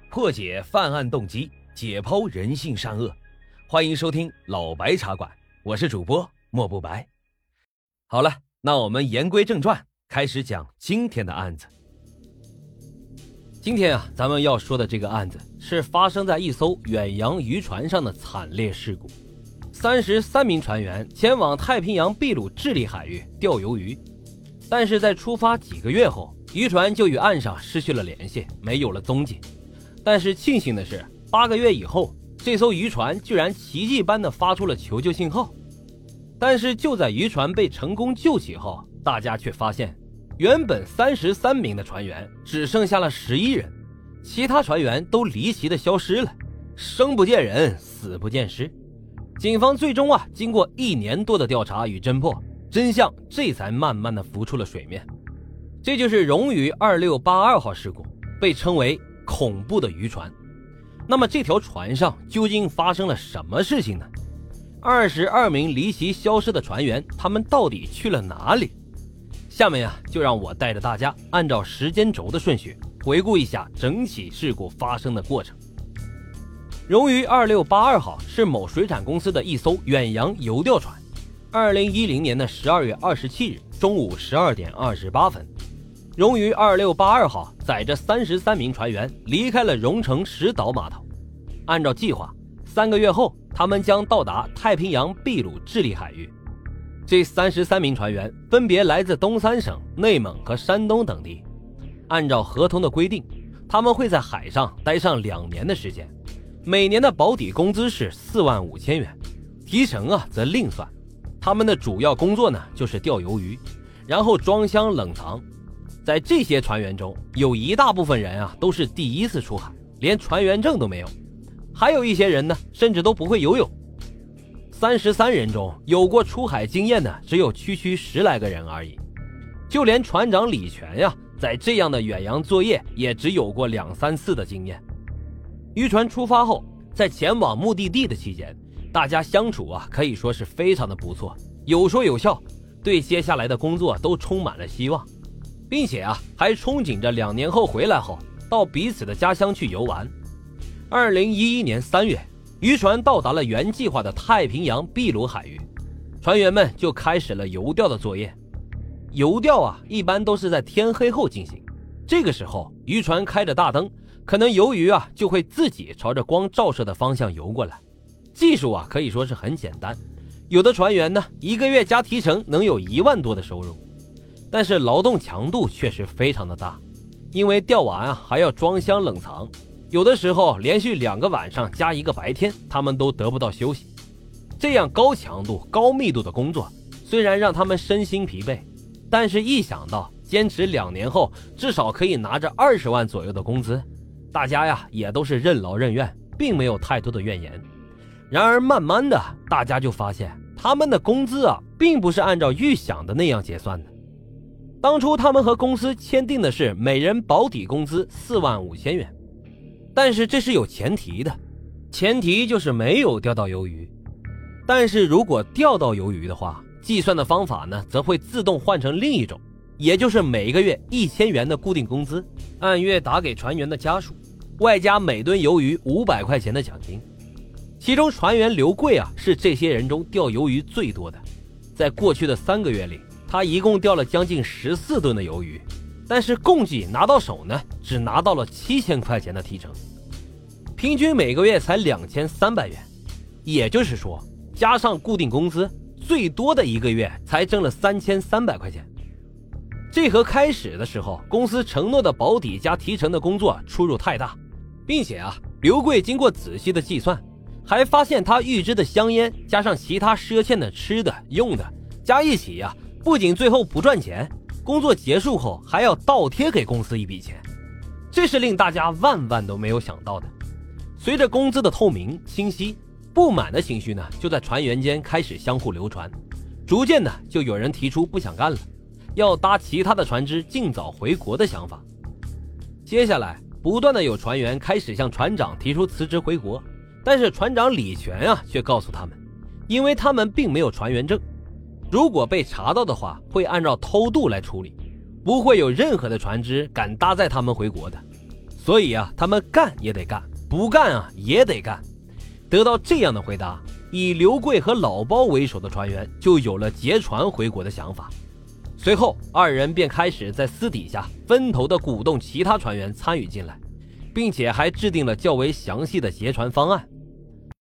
破解犯案动机，解剖人性善恶。欢迎收听老白茶馆，我是主播莫不白。好了，那我们言归正传，开始讲今天的案子。今天咱们要说的这个案子是发生在一艘远洋渔船上的惨烈事故。33名船员前往太平洋秘鲁智利海域钓鱿鱼，但是在出发几个月后，渔船就与岸上失去了联系，没有了踪迹。但是庆幸的是，8个月以后，这艘渔船居然奇迹般的发出了求救信号。但是就在渔船被成功救起后，大家却发现原本33名的船员只剩下了11人，其他船员都离奇的消失了，生不见人，死不见尸。警方最终经过1年多的调查与侦破，真相这才慢慢的浮出了水面。这就是荣誉2682号事故，被称为恐怖的渔船。那么这条船上究竟发生了什么事情呢？22名离奇消失的船员，他们到底去了哪里？下面就让我带着大家按照时间轴的顺序回顾一下整起事故发生的过程。荣誉2682号是某水产公司的一艘远洋游钓船，2010年的12月27日中午12点28分，荣誉2682号载着33名船员离开了荣成石岛码头。按照计划，3个月后他们将到达太平洋秘鲁智利海域。这33名船员分别来自东三省、内蒙和山东等地。按照合同的规定，他们会在海上待上2年的时间，每年的保底工资是45000元，提成则另算。他们的主要工作就是钓鱿鱼，然后装箱冷藏。在这些船员中，有一大部分人都是第一次出海，连船员证都没有。还有一些人甚至都不会游泳。33人中有过出海经验的只有区10来个人而已。就连船长李全在这样的远洋作业也只有过2、3次的经验。渔船出发后，在前往目的地的期间，大家相处可以说是非常的不错，有说有笑，对接下来的工作都充满了希望，并且还憧憬着2年后回来后到彼此的家乡去游玩。2011年3月，渔船到达了原计划的太平洋秘鲁海域，船员们就开始了游钓的作业。游钓一般都是在天黑后进行，这个时候渔船开着大灯，可能鱿鱼就会自己朝着光照射的方向游过来。技术可以说是很简单，有的船员1个月加提成能有1万多的收入。但是劳动强度确实非常的大，因为钓完还要装箱冷藏，有的时候连续2个晚上加1个白天，他们都得不到休息。这样高强度高密度的工作虽然让他们身心疲惫，但是一想到坚持2年后至少可以拿着20万左右的工资，大家也都是任劳任怨，并没有太多的怨言。然而慢慢的，大家就发现他们的工资并不是按照预想的那样结算的。当初他们和公司签订的是每人保底工资45000元，但是这是有前提的，前提就是没有钓到鱿鱼。但是如果钓到鱿鱼的话，计算的方法则会自动换成另一种，也就是每个月1000元的固定工资，按月打给船员的家属，外加每吨鱿鱼500块钱的奖金。其中船员刘贵是这些人中钓鱿鱼最多的，在过去的3个月里，他一共钓了将近14吨的鱿鱼，但是共计拿到手只拿到了7000块钱的提成，平均每个月才2300元，也就是说加上固定工资，最多的1个月才挣了3300块钱。这和开始的时候公司承诺的保底加提成的工作出入太大，并且刘贵经过仔细的计算，还发现他预支的香烟加上其他赊欠的吃的用的加一起不仅最后不赚钱，工作结束后还要倒贴给公司一笔钱，这是令大家万万都没有想到的。随着工资的透明清晰，不满的情绪就在船员间开始相互流传，逐渐就有人提出不想干了，要搭其他的船只尽早回国的想法。接下来不断的有船员开始向船长提出辞职回国，但是船长李全却告诉他们，因为他们并没有船员证，如果被查到的话会按照偷渡来处理，不会有任何的船只敢搭载他们回国的， 所以啊，他们干也得干，不干啊也得干。得到这样的回答，以刘贵和老包为首的船员就有了劫船回国的想法。随后二人便开始在私底下分头的鼓动其他船员参与进来，并且还制定了较为详细的劫船方案。